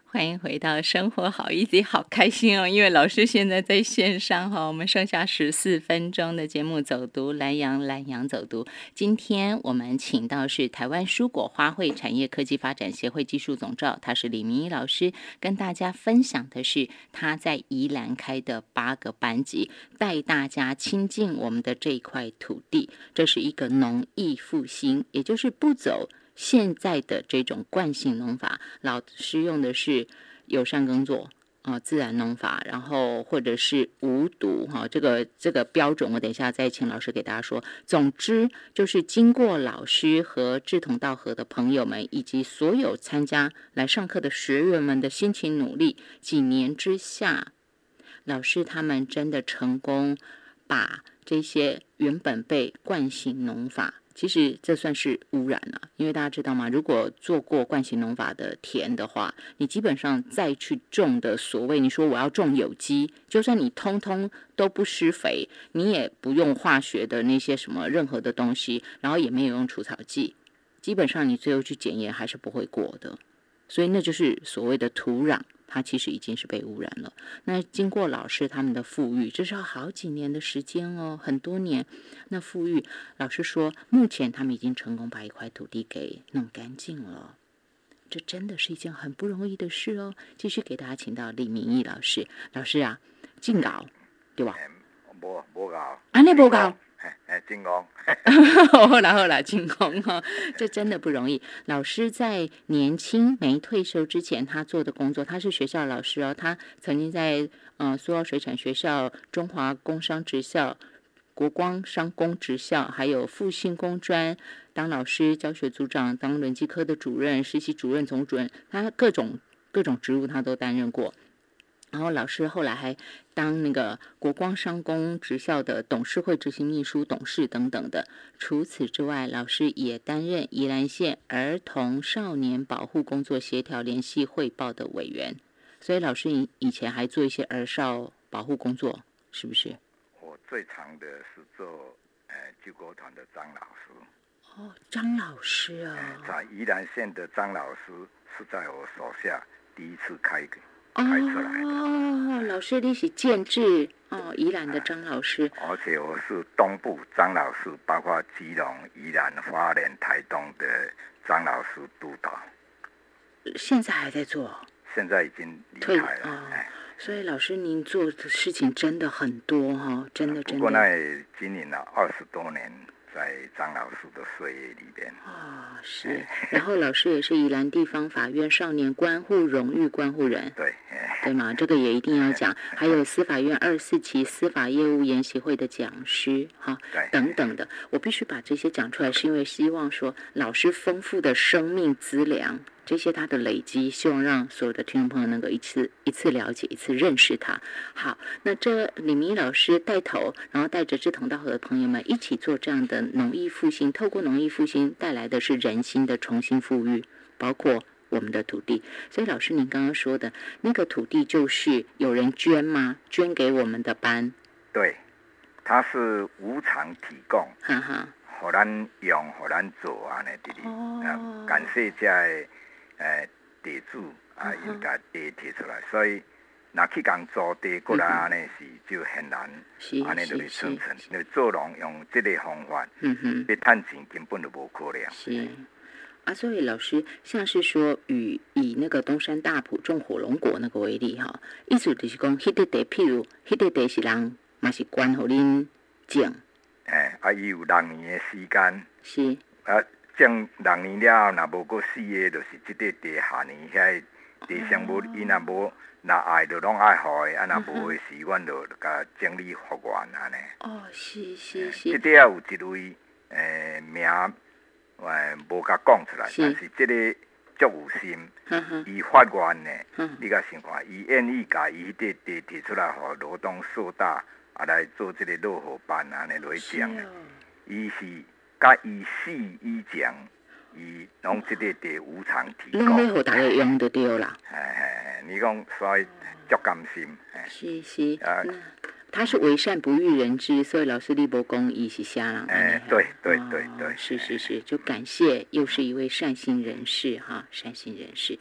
欢迎回到生活好一集，好开心哦！因为老师现在在线上哈，我们剩下14分钟的节目走读蓝洋走读。今天我们请到是台湾蔬果花卉产业科技发展协会技术总召，他是李明仪老师，跟大家分享的是他在宜兰开的8个班级，带大家亲近我们的这一块土地。这是一个农艺复兴，也就是不走现在的这种惯性农法，老师用的是友善耕作自然农法，然后或者是无毒这个标准，我等一下再请老师给大家说。总之就是经过老师和志同道合的朋友们，以及所有参加来上课的学员们的辛勤努力，几年之下，老师他们真的成功把这些原本被惯性农法，其实这算是污染了，因为大家知道吗？如果做过惯性农法的田的话，你基本上再去种的所谓你说我要种有机，就算你通通都不施肥，你也不用化学的那些什么任何的东西，然后也没有用除草剂，基本上你最后去检验还是不会过的。所以那就是所谓的土壤，它其实已经是被污染了。那经过老师他们的复育，这是要好几年的时间哦，很多年。那复育，老师说，目前他们已经成功把一块土地给弄干净了。这真的是一件很不容易的事哦。继续给大家请到李明义老师，老师啊，进稿对吧？ 无搞， 你无搞。 进攻好啦，进攻哈，这真的不容易。老师在年轻没退休之前，他做的工作，他是学校老师哦，他曾经在苏澳水产学校、中华工商职校、国光商工职校，还有复兴工专当老师、教学组长、当轮机科的主任、实习主任、总主任，他各种职务他都担任过。然后老师后来还当那个国光商工职校的董事会执行秘书、董事等等的。除此之外，老师也担任宜兰县儿童少年保护工作协调联系汇报的委员。所以老师以前还做一些儿少保护工作，是不是？ 我最长的是做救国团的张老师。 张老师啊， 在宜兰县的张老师是在我手下第一次开出来的。 老师你是建制宜兰的张老师。 而且我是东部张老师，包括基隆、宜兰、花莲、台东的张老师督导。 现在还在做？ 现在已经离开了。 所以老师您做的事情真的很多真的。 不过那也经营了20多年。在张老师的岁月里边是。然后老师也是宜兰地方法院少年关护荣誉关护人，对吗？这个也一定要讲。还有司法院24期司法业务研习会的讲师等等的，我必须把这些讲出来，是因为希望说老师丰富的生命资粮，这些他的累积，希望让所有的听众朋友能够一次了解，一次认识他。好，那这李明老师带头，然后带着志同道合的朋友们一起做这样的农艺复兴，透过农艺复兴带来的是人心的重新富裕，包括我们的土地。所以老师您刚刚说的那个土地就是有人捐吗？捐给我们的班？ 对，他是无偿提供，给咱用，给咱做安尼的。感谢这地主又把地提出来，所以若去共租地过来安尼是就很难，安尼就是生存。你做农用这个方法，要赚钱根本就无可能。 是所以老师像是说以那个东山大埔种火龙果那个为例意思就是讲，迄块地，譬如迄块地是人嘛是捐给恁种， 伊有6年的时间， 是种6年了后，若无过4个，就是这个地下年遐地上无，伊若无若爱就拢爱互的，若无的时，阮就甲整理复原安尼。 是。 这底下有一位名无甲讲出来，但是这个足有心，伊发愿的，你甲想看，伊愿意甲伊迄个地提出来，互罗东硕大来做这个落后班安尼来种的。伊是甲伊死以前，伊拢这个地无偿提供， 拢要互大家用就对啦。 你讲所以足甘心。 是。他是为善不欲人知，所以老师你无讲伊是啥人。 对。 是，就感谢又是一位善心人士善心人士。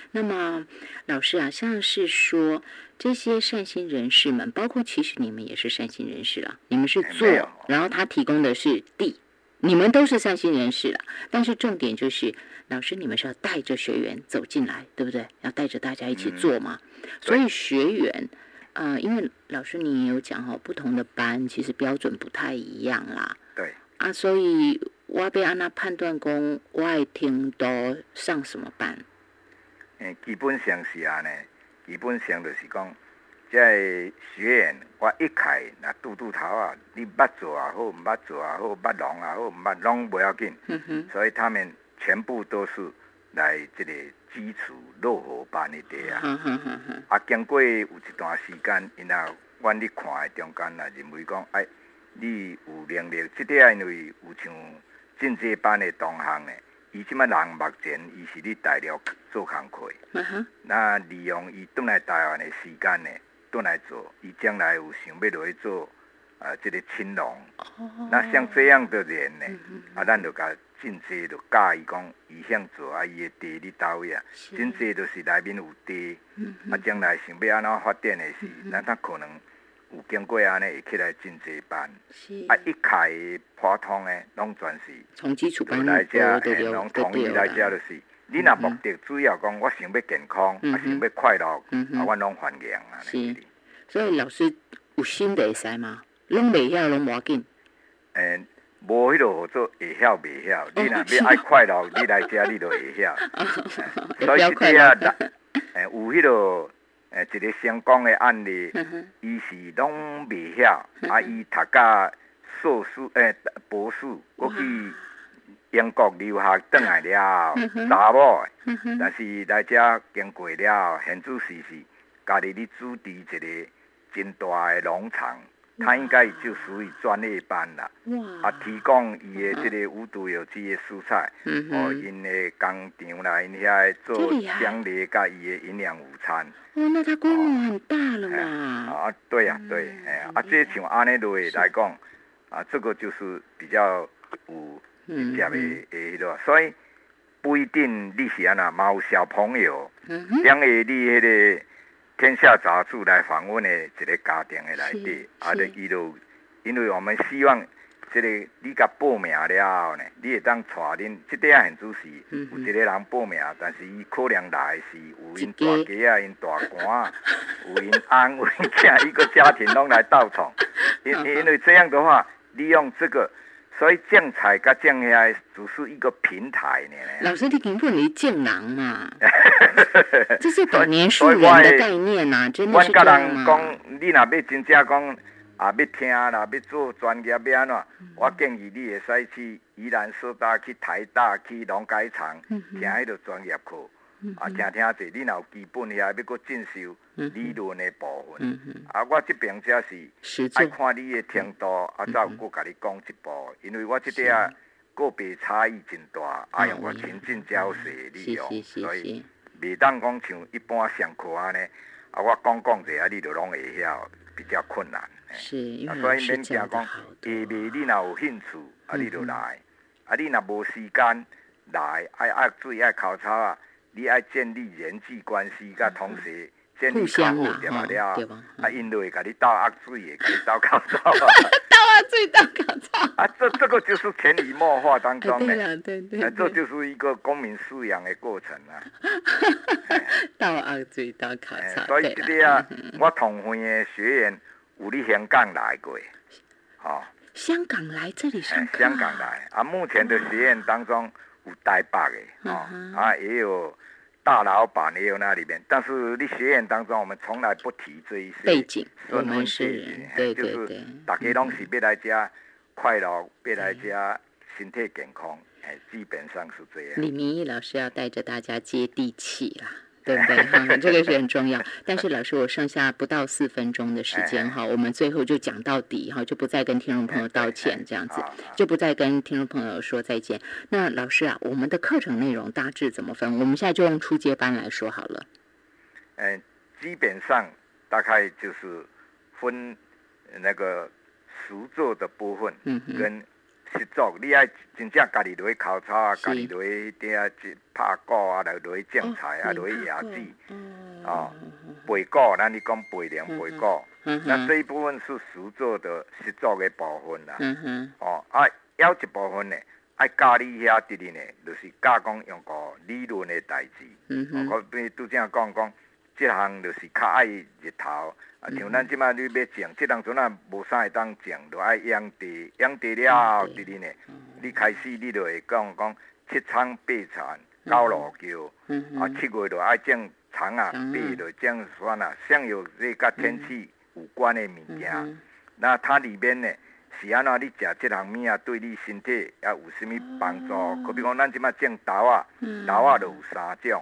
那么老师啊，像是说这些善心人士们，包括其实你们也是善心人士啦，你们是做，然后他提供的是地，你们都是善心人士啦。但是重点就是，老师你们是要带着学员走进来，对不对？要带着大家一起做嘛。所以学员，因为老师你也有讲哈，不同的班其实标准不太一样啦。 对。 啊，所以我要按那判断讲，我爱听都上什么班？ 基本上是安尼，基本上就是讲，这学员我一开那拄头啊，你捌做也好，唔捌做也好，捌弄也好，唔捌弄不要紧。所以他们全部都是来这个基础落后班的地啊。啊，经过有一段时间，因啊，阮咧看的中间啊，认为讲，你有能力，这点因为有像进阶班的同行呢。伊即摆人目前伊是咧大陆做工课，那利用伊转来台湾的时间呢，转来做，伊将来有想要落去做这个青农。那像这样的人呢，咱就甲真济就教伊讲，伊想做伊的地伫倒位啊，真济就是内面有地，将来想要安怎发展的是，咱他可能。有经过安尼会起来进阶班，一开普通的拢全是从基础班来遮，拢统一来遮就是，你若目的主要讲，我想要健康，想要快乐，我拢欢迎啊。 是，所以老师有心就会使嘛，拢袂晓拢无要紧。 无迄落做会晓袂晓，你若要爱快乐，你来遮你就会晓。所以这有迄落。一个成功的案例，伊是拢袂晓，伊读到硕士博士，我去英国留学转来了，查某的，但是来遮经过了，现主是家己咧主持一个真大的农场，他应该就属于专业班啦，提供伊的这个无毒有机的蔬菜，因的工厂啦，因遐做奖励甲伊的营养午餐。 那他规模很大了嘛？ 对呀，对，这像安尼类来讲，这个就是比较有接的迄个，所以不一定你是安那，嘛有小朋友，两个你迄个天下杂志来访问的一个家庭的内底，伊就因为我们希望。这个你甲报名了后呢，你会当带恁这点现主是有一个人报名，但是伊可能来是有因大家啊、因大官有因翁、有因囝，一个家庭拢来到场。因为这样的话，利用这个，所以种菜甲种遐只是一个平台呢。 老师，你根本你种人嘛，这是百年树人的概念啊，真的是这样吗？ 阮甲人讲，你若要真正讲。要听啦，要做专业要安怎？我建议你会使去宜兰师大、去台大、去农改场，听迄个专业课，听者，你若有基本遐要搁进修理论的部分。我这边则是爱看你的程度，再有搁甲你讲一步，因为我这点个别差异真大，用我亲近教学利用，所以袂当讲像一般上课安尼，我讲者，你就拢会晓，比较困难。 是，因为所以免惊讲，下暝你若有兴趣，你就来；你若无时间来，爱水爱口草啊，你爱建立人际关系，甲同学建立较好点嘛了。因就会甲你倒压水的，甲你倒口草啊。 倒压水倒口草。 这个就是潜移默化当中的， 对， 这就是一个公民素养的过程啊。 倒压水倒口草。 所以这个我同会的学员。有你香港来过， 香港来这里上课。 香港来目前的学院当中有台北的，也有大老板也有那里面，但是你学院当中我们从来不提这一些背景，我们是，对， 就是大家拢是要来家快乐，要来家身体健康，基本上是这样。 李明义老师要带着大家接地气啦。对不对？这个是很重要。但是老师，我剩下不到4分钟的时间我们最后就讲到底就不再跟听众朋友道歉，这样子就不再跟听众朋友说再见。那老师啊，我们的课程内容大致怎么分？我们现在就用初阶班来说好了。 基本上大概就是分那个实作的部分，跟实做，你爱真正家己落去烤草啊，家己落去拍鼓啊，落去种菜啊，落去压籽，焙鼓，咱你讲焙凉焙鼓，那这一部分是实做的实做的部分啦。还一部分呢，爱教你遐伫哩呢，就是教讲用个理论的代志。我拄则讲，这项就是较爱日头。像咱即摆你要种，即当阵啊无啥会当种，就爱养地，养地了后伫哩呢，你开始你就会讲七仓八田，九路桥，7月就爱种葱啊，8月就种蒜啊，像有这甲天气有关的物件，那它里面呢是安怎？你食即项物啊，对你身体也有啥物帮助？可比讲咱即摆种豆啊，豆啊就有3种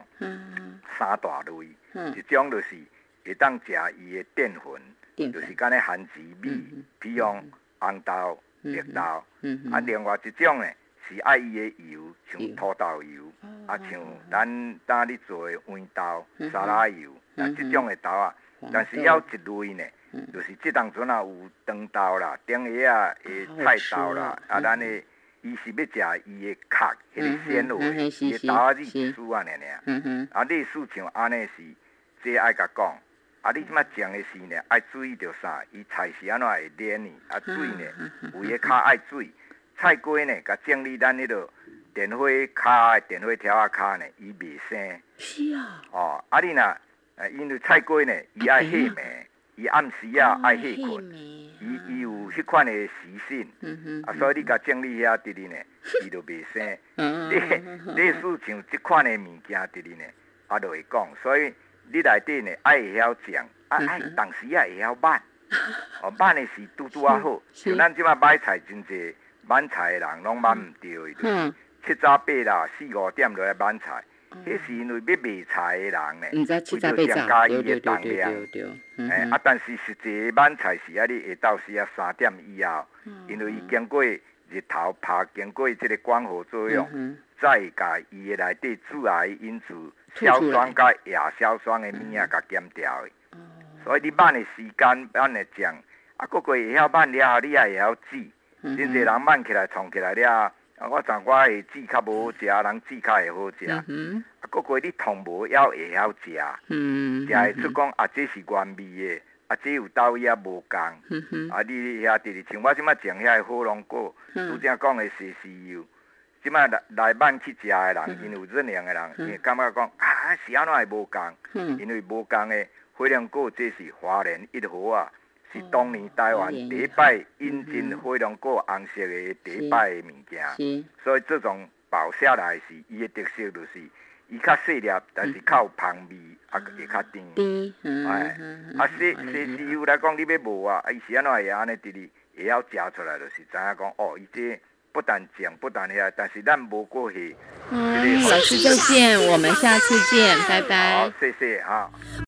，3大类，一种就是会当食伊的淀粉，就是敢若番薯米，比如红豆、绿豆。另外一种呢是爱伊的油，像土豆油，像咱当你做的豌豆、沙拉油，这种的豆啊。但是还有一类呢，就是即当阵啊有长豆啦、顶下啊的菜豆啦，咱的伊是要食伊的壳，迄个纤维，伊的豆啊子是输安尼尔。类似像安尼是，这爱甲讲。你即摆种的时呢，爱注意着啥？伊菜是安怎会黏呢？水呢，有诶较爱水。菜瓜呢，甲种哩咱迄落电火骹、电火条啊骹呢，伊袂生。 是啊。 你若因为菜瓜呢，伊爱火糜，伊暗时啊爱火困，伊有迄款的习性。所以你甲种哩遐伫哩呢，伊就袂生。类似像即款的物件伫哩呢，就会讲，所以。你内底呢爱会晓种，当时也会晓挽，挽的是拄啊好。像咱即摆买菜真济，挽菜的人拢挽唔到的，就是7早8啦4、5点落来挽菜。迄是因为要卖菜的人呢，为着上加伊的重量。但是实际挽菜是你下昼时啊3点以后，因为伊经过日头拍，经过这个光合作用，再甲伊的内底致癌因子。硝酸甲亚硝酸的物啊，甲减掉的。所以你挽的时间，挽的种，个个会晓挽了后，你也会晓煮。真侪人挽起来、创起来了，我知我会煮较无好食，人煮较会好食。个个你通无也会晓食，食会出讲这是原味的，这有豆叶无共。你遐伫哩，像我即摆种遐火龙果，拄则讲的西施油。即摆来挽去食的人，因有热量的人，伊感觉讲是安怎会无共？因为无共的火龙果，这是华人1号啊，是当年台湾第一摆引进火龙果红色的第一摆的物件。所以这种包下来是伊的特色，就是伊较细粒，但是较有香味，会较甜。西施油来讲，你要无啊，伊是安怎会安尼伫哩会晓食出来，就是知影讲伊这。不但种，不但遐，但是咱无过去。 老师再见，我们下次见，拜拜。 好，谢谢哈。